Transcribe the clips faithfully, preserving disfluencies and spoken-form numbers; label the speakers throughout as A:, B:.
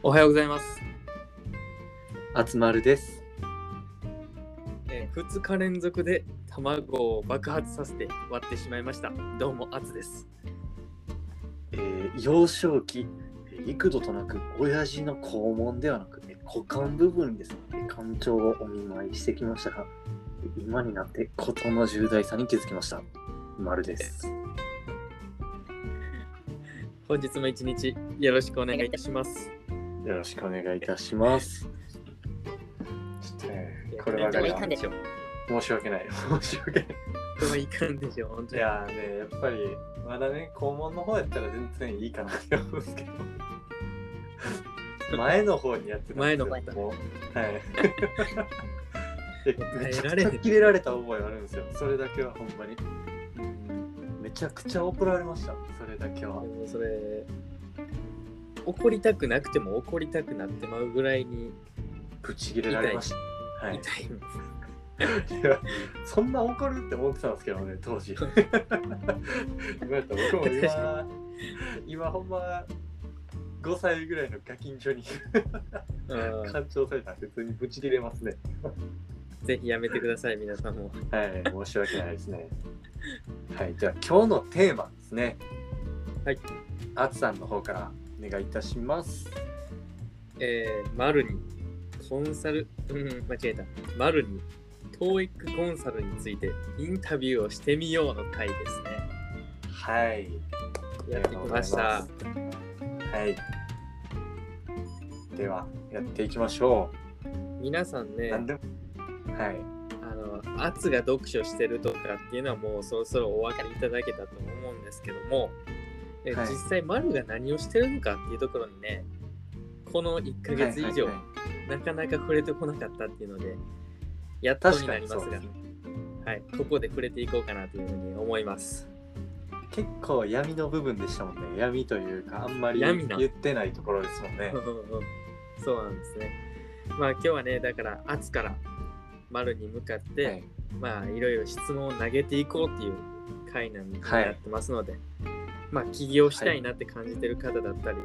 A: おはようございます。
B: あつまるです、
A: えー、ふつか連続で卵を爆発させて割ってしまいました。どうもあつです。
B: えー、幼少期幾度となく親父の肛門ではなく、ね、股間部分にですね肝腸をお見舞いしてきましたが、今になって事の重大さに気づきました。まるです。
A: 本日も一日よろしくお願いいたします。
B: よろしくお願いいたします。ちょっとね、これはね、
A: いかんでしょ。
B: 申し訳ない。申し訳ない。
A: これはいかんでしょ、本当に。
B: いやーね、やっぱりまだね、肛門の方やったら全然いいかなって思うんですけど、前の方にやってたんですよ。前の方。もうはい。めちゃくちゃキレられた覚えがあるんですよ。それだけはほんまに。めちゃくちゃ怒られました。それだけは。
A: でもそれ怒りたくなくても怒りたくなってまうぐらいに
B: ぶち切れられました。はい、
A: 痛い。
B: いやそんな怒るって思ってたんですけどね、当時。今やったら僕も今今ほんまごさいぐらいのガキンチョに干潮されたら普通にぶち切れますね。
A: ぜひやめてください、皆さんも。
B: はい、申し訳ないですね。はい、じゃあ今日のテーマですね。
A: はい。
B: あつさんの方からお願いいたします。
A: えー、マルにコンサル、うん、間違えた。マルに トーイック コンサルについてインタビューをしてみようの回ですね。
B: はい。
A: やってきました。は
B: い。ではやっていきましょ
A: う。皆さんね。
B: なんでもはい。
A: あの、アツが読書してるとかっていうのはもうそろそろお分かりいただけたと思うんですけども、えはい、実際マルが何をしてるのかっていうところにね、このいっかげつ以上、はいはいはい、なかなか触れてこなかったっていうので、やっとになりますが、ね、はい、ここで触れていこうかなというふうに思います。
B: 結構闇の部分でしたもんね。闇というか、あんまり言ってないところですもんね。
A: そうなんですね。まあ今日はね、だからアツからマルに向かって、はい、まあいろいろ質問を投げていこうっていう回なんになってますので、はい、まあ起業したいなって感じてる方だったり、はい、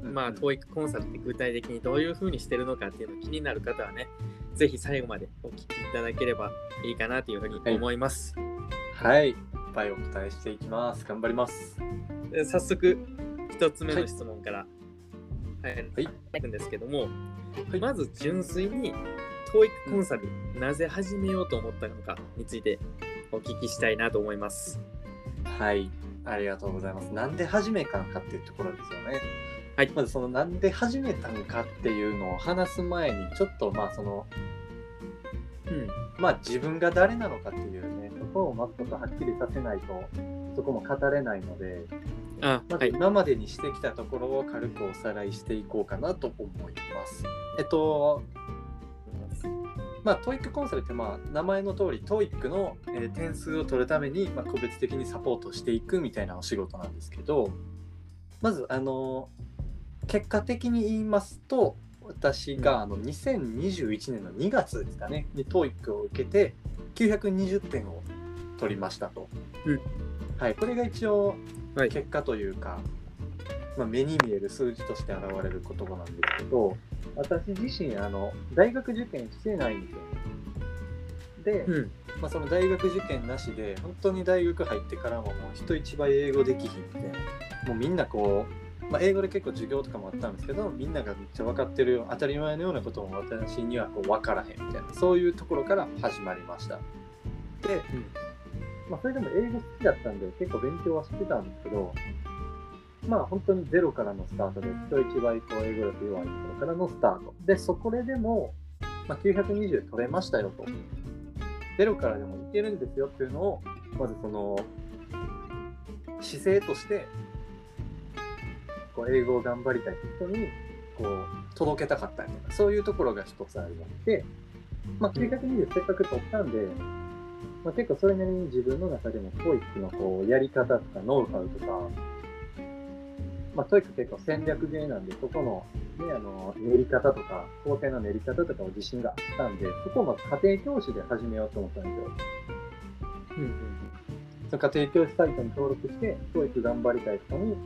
A: まあ トーイック コンサルって具体的にどういう風にしてるのかっていうの気になる方はね、ぜひ最後までお聞きいただければいいかなというふうに思います。
B: はい、はい、いっぱいお答えしていきます。頑張ります。
A: 早速一つ目の質問から入っていくんですけども、はいはい、まず純粋にトーイック コンサル、うん、なぜ始めようと思ったのかについてお聞きしたいなと思います。
B: はい、ありがとうございます。なんで始めたのかっていうところですよね。
A: はい、
B: まずそのなんで始めたのかっていうのを話す前にちょっとまあその、うん、まあ自分が誰なのかっていうね、そこをまずちょっとはっきりさせないとそこも語れないので、
A: あ、
B: まず今までにしてきたところを軽くおさらいしていこうかなと思います。えっとまあ、トーイック コンサルってまあ名前の通り トーイック の、えー、点数を取るために、まあ、個別的にサポートしていくみたいなお仕事なんですけど、まずあの結果的に言いますと、私があのにせんにじゅういちねんのにがつですかねに トーイック を受けてきゅうひゃくにじゅってんを取りましたと、
A: うん
B: はい、これが一応結果というか、はい、まあ、目に見える数字として現れる言葉なんですけど、私自身あの大学受験してないんですよ。で、うん、まあ、その大学受験なしで本当に大学入ってからももう人一倍英語できひんみたいな、もうみんなこう、まあ、英語で結構授業とかもあったんですけど、みんながめっちゃ分かってるよ当たり前のようなことも私にはこう分からへんみたいな、そういうところから始まりました。で、うん、まあ、それでも英語好きだったんで結構勉強はしてたんですけど、まあ本当にゼロからのスタートで人一倍こう英語力弱いところからのスタートで、そこでも、まあ、きゅうひゃくにじゅう取れましたよと、ゼロからでもいけるんですよっていうのをまずその姿勢としてこう英語を頑張りたい人にこう届けたかったりとか、そういうところが一つありまして、まあ、きゅうひゃくにじゅうせっかく取ったんで、まあ、結構それなりに自分の中でも トーイック のこうやり方とかノウハウとか、まあ、トーイック 結構戦略ゲーなんで、そこの、ね、あの練り方とか工程の練り方とかを自信があったんで、そこをまず家庭教師で始めようと思ったんですよ。うんうん、その家庭教師サイトに登録して トーイック 頑張りたい人に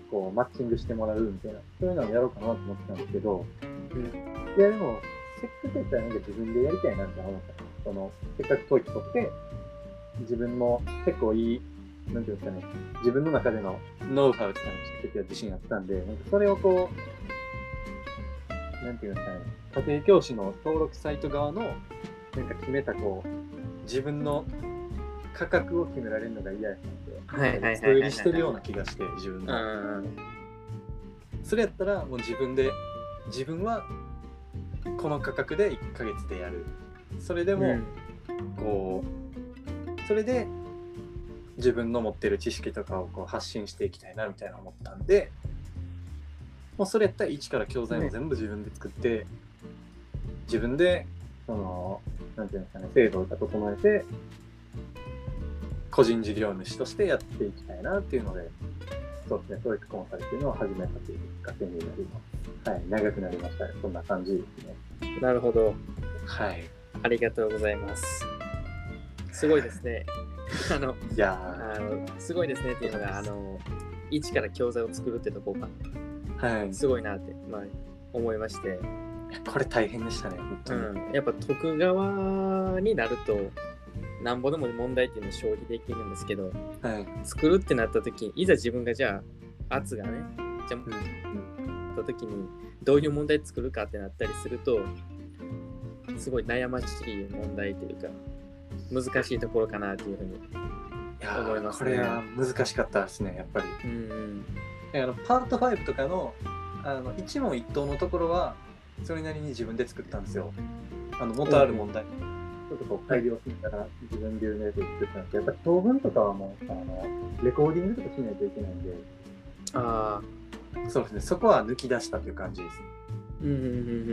B: こうマッチングしてもらうみたいな、そういうのをやろうかなと思ってたんですけど、うん、いやでもせっかくやったらなんか自分でやりたいなって思った。そのせっかくトイック取って自分の結構いい、なんていうんですかね、自分の中でのノウハウとかにつけて自信あったんで、なんかそれをこう、なんていうんですかね、家庭教師の登録サイト側のなんか決めたこう自分の価格を決められるのが嫌やったんで、はいはいはいはいはい、作りしてるような気がして自分の。それやったらもう自分で自分はこの価格でいっかげつでやる。それでも、うん、こうそれで自分の持ってる知識とかをこう発信していきたいなみたいな思ったんで、もうそれやったら一から教材も全部自分で作って、ね、自分でそのなんていうんですかね、制度を整えて個人事業主としてやっていきたいなっていうので、そうですね、トイックコンサルっていうのを始めたというきっかけになります。はい、長くなりましたね。そんな感じですね。
A: なるほど。
B: はい。
A: ありがとうございます。すごいですね。あの、
B: いや
A: あのすごいですねっていうのが、あの、一から教材を作るってとこが、はい、すごいなって、まあ、思いまして。
B: これ大変でしたね、本当に。
A: うん、やっぱ徳側になると、なんぼでも問題っていうのを消費できるんですけど、はい、作るってなった時、いざ自分がじゃあ、圧がね、じゃあ、うん、った時に、どういう問題作るかってなったりすると、すごい悩ましい問題というか、難しいところかなというふうに思いますね。
B: これは難しかったですね、やっぱり。うんうん、あのパートファイブとかの、あの一問一答のところは、それなりに自分で作ったんですよ。あの元ある問題、うん、ちょっとこう改良してたら自分流のやつを作ったんですけど、やっぱり長文とかはもうあのレコーディングとかしないといけないんで、ああ、そうですね、そこは抜き出したという感じですね。うんうんうんうん。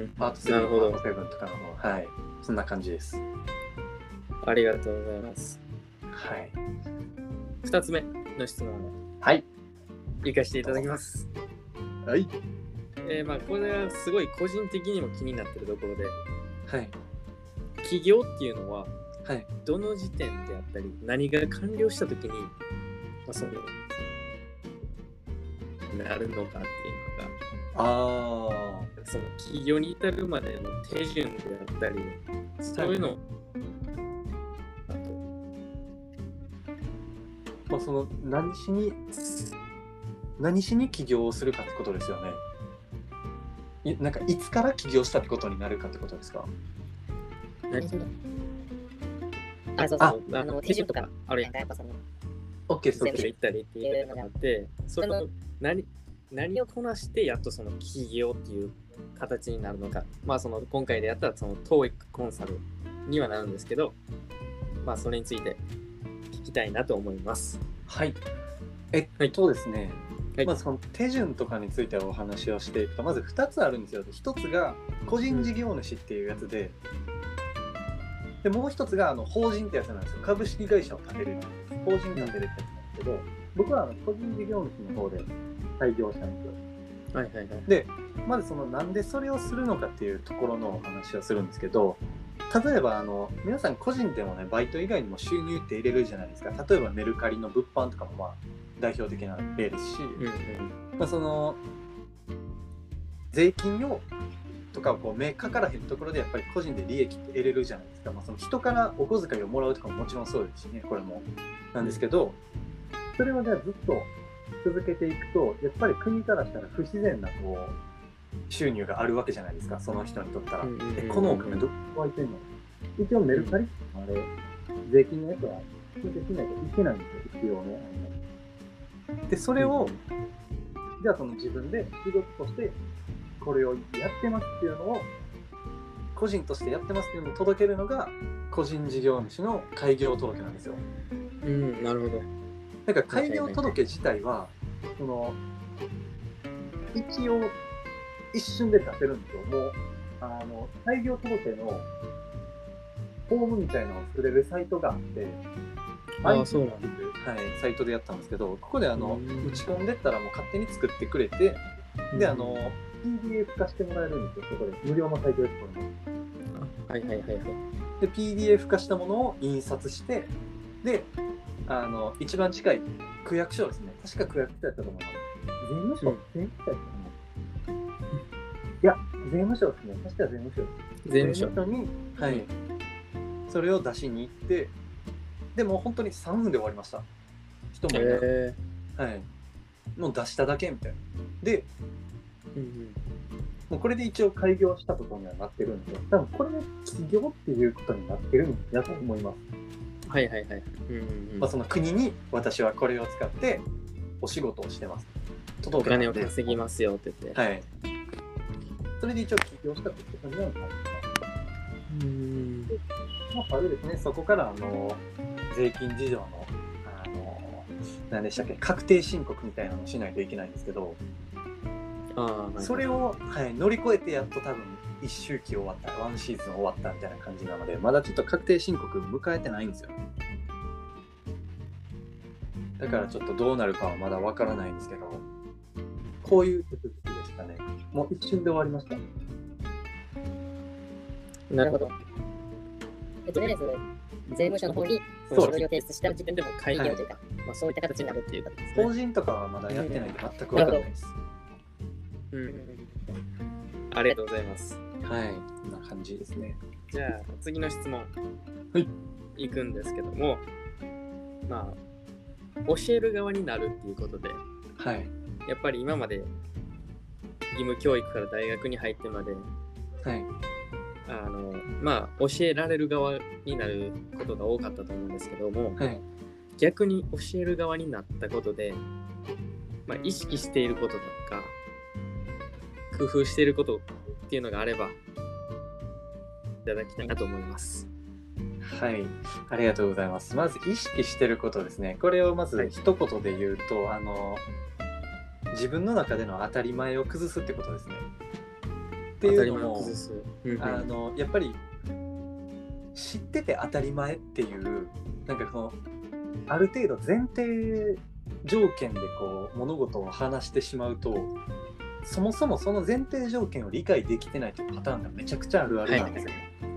B: パートセブン、パートセブンとかの方、はい、そんな感じです。
A: ありがとうございます。
B: はい。
A: 二つ目の質問を、はい、行かせていただきます。はい。えー、まあこれはすごい個人的にも気になってるところで、はい、起業っていうのは、はい、どの時点であったり何が完了したときに、まあ、そのなるのかっていうのが、あその起業に至るまでの手順であったり、そういうのを、はい、
B: まあその何しに何しに起業をするかってことですよね。なんかいつから起業したってことになるかってことですか？
A: 何それ？あ、そうそう、あの手順とかあるやんか、やっぱその
B: OK です、
A: OK 行ったりっていうのがあって、その何何をこなしてやっとその起業っていう形になるのか、まあその今回でやったらその トーイック コンサルにはなるんですけど、まあそれについて聞きたいなと思います。
B: はい。えっと、はい、ですね。はい、まずその手順とかについてお話をしていくと、まずふたつあるんですよ。ひとつが個人事業主っていうやつで、でもうひとつがあの法人ってやつなんですよ。株式会社を立てる。法人立てるってやつなんですけど、僕はあの個人事業主の方で開業したんですよ。はいはいはい。で、まずそのなんでそれをするのかっていうところのお話をするんですけど、例えばあの皆さん個人でもね、バイト以外にも収入って入れるじゃないですか。例えばメルカリの物販とかもまあ代表的な例ですし、うんうん、まあ、その税金をとかをこう目かからへんところでやっぱり個人で利益って得れるじゃないですか。まあ、その人からお小遣いをもらうとかももちろんそうですしね、これもなんですけど、それをじゃあずっと続けていくとやっぱり国からしたら不自然なこう収入があるわけじゃないですか、その人にとったら。うんうんうんうん、えこのお金どこ湧いてんの？一応メルカリあれ税金のやつは申請しないといけないんですよ、必要ね。でそれを、うん、じゃあその自分で仕事としてこれをやってますっていうのを個人としてやってますっていうのを届けるのが個人事業主の開業届なんですよ。
A: うん、なるほど。
B: だから開業届自体はその一応一瞬で出せるんですよ。もうあの開業届のフォームみたいなのを作れるサイトがあって、
A: ああそうなんです。
B: はい、サイトでやったんですけど、ここであの打ち込んでったらもう勝手に作ってくれて、であの ピーディーエフ 化してもらえるんですよ。そこで無料のサイトですこれも。
A: はいはいはいはい。
B: で ピーディーエフ 化したものを印刷して、であの一番近い区役所ですね。確か区役所やったと思います。 税務署、うん、税務署ですかね。いや、税務署ですね。確か税務署です。
A: 税務署。
B: 税務署に、はい。それを出しに行って、でも本当にさんぷんで終わりました。人もいなくて、えー、はい。もう出しただけみたいな。で、うんうん、もうこれで一応開業したことにはなってるんで、多分これで起業っていうことになってるんだと思います。
A: はいはいはい。うんうんうん、
B: まあ、その国に私はこれを使ってお仕事をしてます。
A: お金を稼ぎますよって言って。
B: はい。それで一応起業したってことにはなってます。うん。まあ、あれですね、そこからあの税金事情のあの何でしたっけ、確定申告みたいなのをしないといけないんですけど、あ、はいはい、それを、はい、乗り越えてやっと多分一周期終わった、ワンシーズン終わったみたいな感じなので、まだちょっと確定申告迎えてないんですよ。だからちょっとどうなるかはまだわからないんですけど、こういう手続きでしたね。もう一瞬で終わりました。
A: なるほど。とりあえず税務署の方に書類を提出した時点でも開業というか、はい、まあ、そういった形になるっていう形ですね。
B: 法人とかはまだやってないんで全くわからないです。
A: うん、ありがとうございます。
B: はい、こんな感じですね。
A: じゃあ次の質問、
B: はい、
A: いくんですけども、まあ教える側になるっていうことで、
B: はい、
A: やっぱり今まで義務教育から大学に入ってまで、
B: はい、
A: あのまあ教えられる側になることが多かったと思うんですけども、
B: はい、
A: 逆に教える側になったことで、まあ、意識していることとか工夫していることっていうのがあればいただきたいなと思います。
B: はい、ありがとうございます。まず意識していることですね。これをまず一言で言うと、はい、あの自分の中での当たり前を崩すってことですね。っていうのも、うんうん、あのやっぱり知ってて当たり前っていうなんかそのある程度前提条件でこう物事を話してしまうと、そもそもその前提条件を理解できてないというパターンがめちゃくちゃあるあるなんですよ。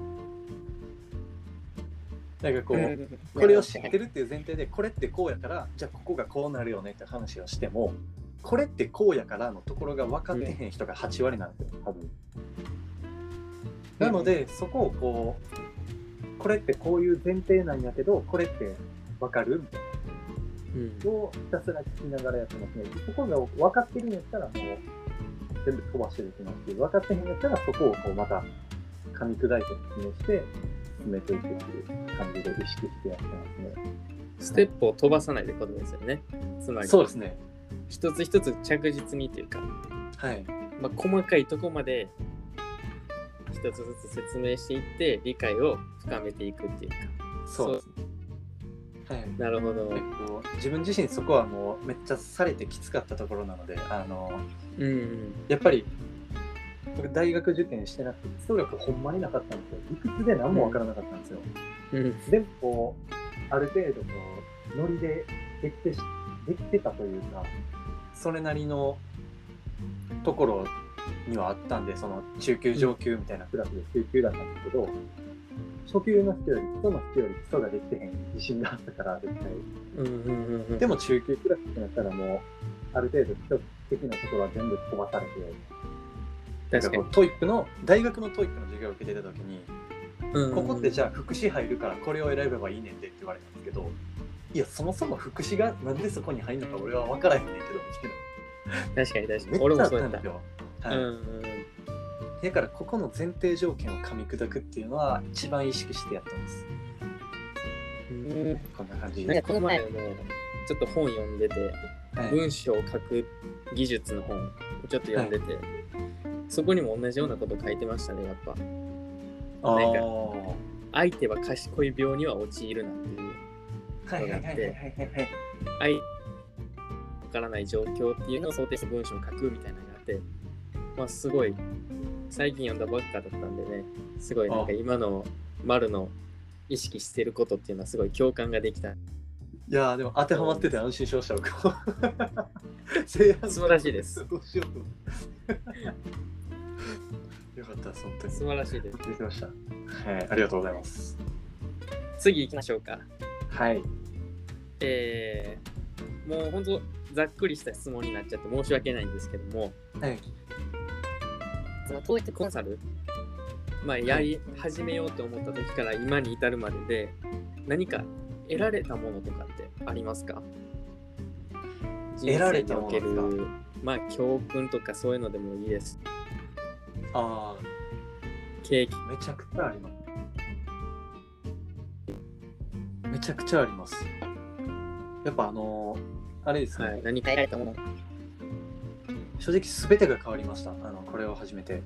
B: はい、なんかこうこれを知ってるっていう前提で、これってこうやからじゃあここがこうなるよねって話をしても、これってこうやからのところが分かってへん人がはちわりなんですよ多分。なのでそこをこうこれってこういう前提なんやけどこれって分かるみたいな、うん、をひたすら聞きながらやってますね。そこが分かってるんやったらもう全部飛ばしてできますし、分かってへんやったらそこをこうまた噛み砕いて説明して進めていくっていう感じで意識してやってますね。
A: ステップを飛ばさないってことですよね。つまり
B: そうですね。
A: 一つ一つ着実にというか、
B: はい、
A: まあ、細かいところまで一つずつ説明していって理解を深めていくっていうか。
B: そうですね。はい、
A: なるほど。
B: 結構自分自身そこはもうめっちゃされてきつかったところなので、あの、
A: うんうん、
B: やっぱり僕大学受験してなくて基礎力ほんまになかったんですよ。理屈で何もわからなかったんですよ。うん、でもこうある程度こうノリでできてできてたというか、それなりのところにはあったんで、その中級上級みたいなクラスで中級だったんですけど、初級の人より基礎の人より基礎ができてへん自信があったから絶対、
A: うんうんうんうん、
B: でも中級クラスってなったらもうある程度基礎的なところは全部飛ばされて、なんかこうトイックの大学のトイックの授業を受けてた時に、うんうんうん、ここってじゃあ福祉入るからこれを選べばいいねんでって言われたんですけど、いやそもそも福祉がなんでそこに入るのか俺は分からへんねんけどみたいな。
A: 確かに確かに。俺もそうやった。
B: はい、うんうん、だからここの前提条件を噛み砕くっていうのは一番意識してやってます。うん、こんな感じで。
A: この前もちょっと本読んでて、はい、文章を書く技術の本をちょっと読んでて、はい、そこにも同じようなこと書いてましたね、やっぱ。なんか相手は賢い病には陥るなっていうのがあって、相わからない状況っていうのを想定して文章を書くみたいなのがあって、まあすごい最近読んだばっかだったんでね、すごいなんか今の丸の意識してることっていうのはすごい共感ができた。い
B: やーでも当てはまってて安心しましたよ。
A: 素晴らしいです。
B: どうしようと。よかったです、本当に。
A: 素晴らしいです。
B: できました。はい、ありがとうございます。
A: 次行きましょうか。
B: はい。
A: えー、もう本当ざっくりした質問になっちゃって申し訳ないんですけども、
B: はい、
A: その統一コンサル、まあ、やり始めようと思った時から今に至るまでで何か得られたものとかってありますか？
B: 得られたものですか？
A: 人生における、まあ、教訓とかそういうのでもいいです。
B: ああ、
A: 経験。
B: めちゃくちゃあります。めちゃくちゃあります。やっぱあのー、あれですね、はい、
A: 何か得られたもの？
B: 正直全てが変わりました。あのこれを始めて。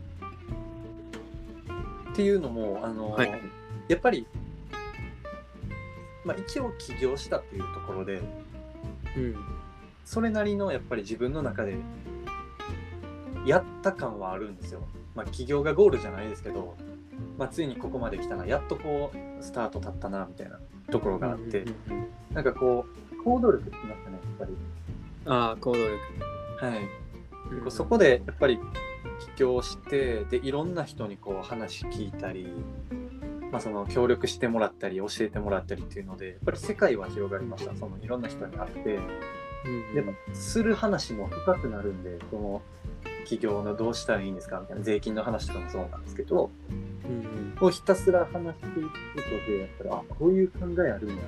B: っていうのも、あのーはい、やっぱり、まあ、一応起業したっていうところで、うん、それなりのやっぱり自分の中でやった感はあるんですよ。まあ、起業がゴールじゃないですけど、まあ、ついにここまで来たな、やっとこうスタート立ったなみたいなところがあって、うんうんうん、なんかこう行動力つきましたね、やっぱり。
A: ああ、行動力。
B: はい。うんうん、そこでやっぱり起業してでいろんな人にこう話聞いたり、まあ、その協力してもらったり教えてもらったりっていうのでやっぱり世界は広がりました。そのいろんな人に会って、うんうん、やっぱする話も深くなるんで、その起業のどうしたらいいんですかみたいな税金の話とかもそうなんですけど、うんうん、をひたすら話していくことでやっぱりあこういう考えあるんやみたいな。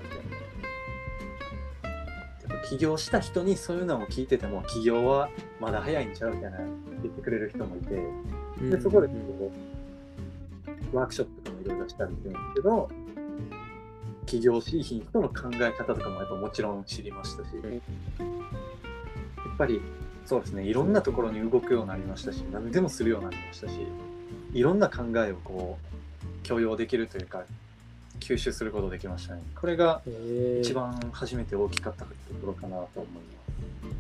B: 起業した人にそういうのを聞いてても起業はまだ早いんちゃうみたいな言ってくれる人もいて、でそこでこうワークショップとかもいろいろしたりするんですけど、起業しいひん人の考え方とかもやっぱもちろん知りましたし、やっぱりそうですね、いろんなところに動くようになりましたし、何でもするようになりましたし、いろんな考えをこう許容できるというか吸収することできましたね。これが一番初めて大きかったところかなと思います。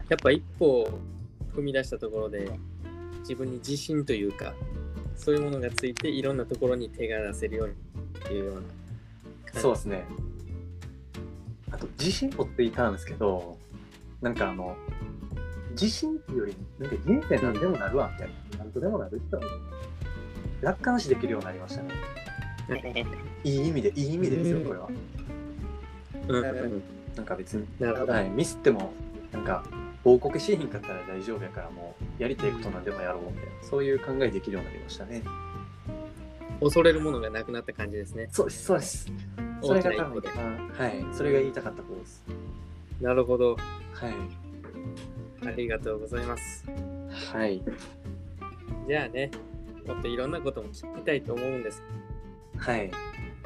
A: やっぱ一歩踏み出したところで自分に自信というかそういうものがついていろんなところに手が出せるようにっていうような感
B: じ。そうですね。あと自信持っていたんですけど、なんかあの自信っていうよりなんか人生何でもなるわみたいな、何とでもなる人は楽観視できるようになりましたね。いい意味でいい意味でですよ、これは。うん、なんか別に、はい、ミスってもなんか報告しひんかったら大丈夫やからもうやりたいことなんでもやろうみたいな、そういう考えできるようになりましたね。
A: 恐れるものがなくなった感じですね。
B: そうですそうです。それが多分はい、それが言いたかったことです。
A: なるほど。
B: はい。
A: ありがとうございます。
B: はい。
A: じゃあね、もっといろんなことも聞きたいと思うんです。
B: はい。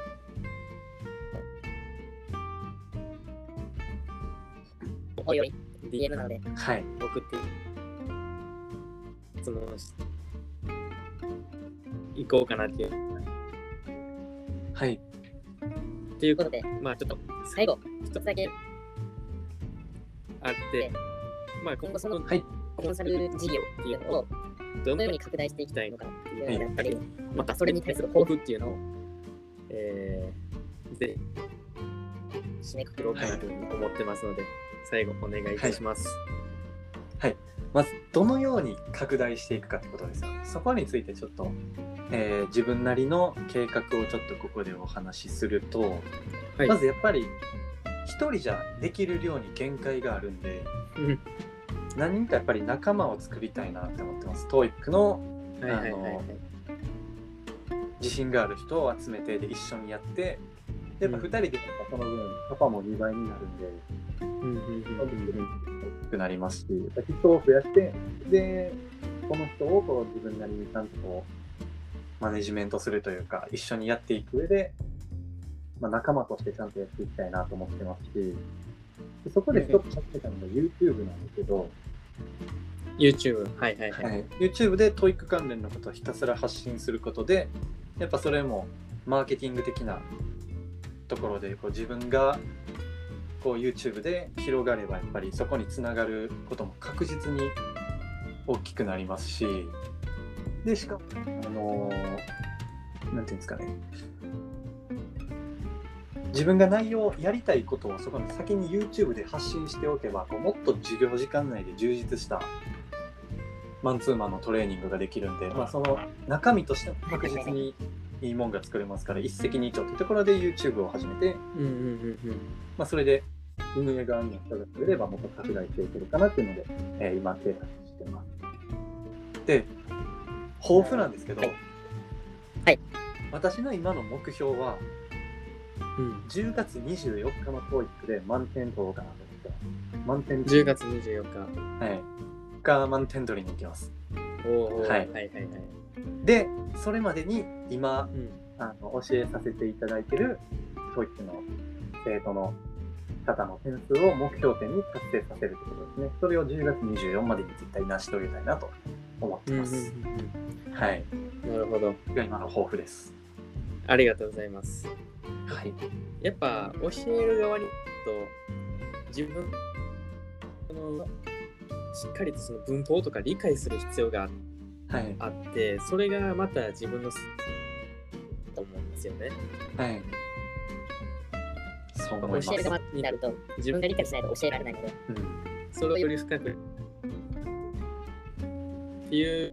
A: おいおい ディーエム なので、
B: はい、
A: 送って質問していこうかなっていう。
B: はい。
A: ということで、まあちょっと最後一つだけあって、まあ今後その、はい、コンサル事業っていうのをどのように拡大していきたいのかっていうのだったり、はい、またそれに対する抱負っていうのを、えー、ぜひ締めくくろうかなというふうに思ってますので、はい、最後お願いいたします。
B: はい、はい、まずどのように拡大していくかってことですよ。そこについてちょっと、えー、自分なりの計画をちょっとここでお話しすると、はい、まずやっぱり一人じゃできる量に限界があるんで、うん、何人かやっぱり仲間を作りたいなって思ってます。トーイック の、あの、はいはいはいはい、自信がある人を集めてで一緒にやって、やっぱふたりでその分パパもにばいになるんで、大きくなりますし、人を増やしてでこの人をこう自分なりにちゃんとこうマネジメントするというか一緒にやっていく上で、まあ、仲間としてちゃんとやっていきたいなと思ってますし、でそこで一つ始めたのが YouTube なんですけど、
A: YouTube、はいはいはい、はい、
B: YouTube で トーイック 関連のことをひたすら発信することで、やっぱそれもマーケティング的なところでこう自分がこう YouTube で広がればやっぱりそこにつながることも確実に大きくなりますし、でしかもあのー、なんていうんですかね、自分が内容やりたいことをそこに先に YouTube で発信しておけばこうもっと授業時間内で充実したマンツーマンのトレーニングができるんで、まあ、その中身としても確実にいいもんが作れますから、一石二鳥というところで YouTube を始めて、うんうんうんうん、まあ、それで運営側の人がくれればもっと拡大していけるかなっていうので、えー、今提案してます。で、抱負なんですけど、
A: はい、
B: 私の今の目標は、うん、じゅうがつにじゅうよっかの トーイック で満点取ろうかなと思ってます。満点
A: じゅうがつにじゅうよっか。
B: はい。が満点取りに行きます。
A: おー、はい、はいはいはい。
B: で、それまでに今、うん、あの教えさせていただいている トーイック の生徒の方の点数を目標点に達成させるということですね。それをじゅうがつにじゅうよっかまでに絶対成し遂げたいなと思ってます。うんうんうん、はい。
A: なるほど。
B: が今の抱負です。
A: ありがとうございます。
B: はい。
A: やっぱ教える側にと自分のしっかりとその文法とか理解する必要があって、はい、それがまた自分のと思うんですよね。
B: はい。そう思います。
A: 教える側になると自分が理解しないと教えられないので、うん、それをより深くっていう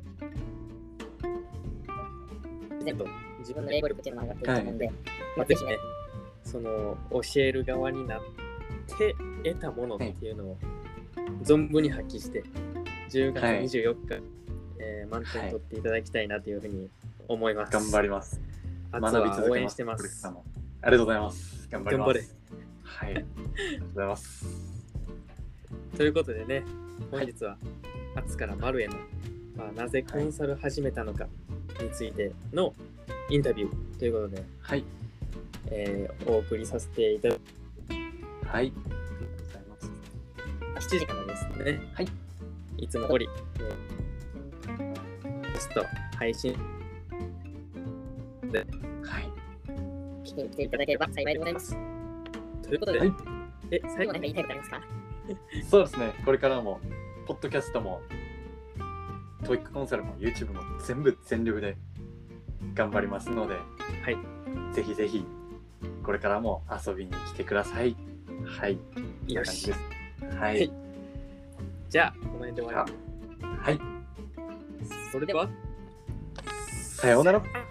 A: 自分の英語力っていうのも上がってると思うんで、はい、まあ、ぜひね、その教える側になって得たものっていうのを存分に発揮して、じゅうがつにじゅうよっか、はい、えー、満点取っていただきたいなというふうに思います。
B: 頑張ります。
A: 学び続けます。応援してます。
B: ありがとうございます。頑張ります。
A: 頑張れ。
B: はい。ありがとうございます。
A: ということでね、本日はあつからまるへの、まあ、なぜコンサル始めたのかについてのインタビューということで、
B: はい、
A: えー、お送りさせていただき
B: ます。はい。
A: しちじからですね。
B: はい。
A: いつも通り、えー、ポスト配信で、
B: はい。
A: 聞きに来ていただければ幸いでございます。ということで、はい、え、最後何か言いたいことありますか？
B: そうですね。これからも、ポッドキャストも、トーイック コンサルも YouTube も全部全力で頑張りますので、
A: はい。
B: ぜひぜひ、これからも遊びに来てください。はい。
A: よし。
B: はい。
A: じゃあ、この辺で終わります。
B: はい。
A: それでは、
B: さようなら。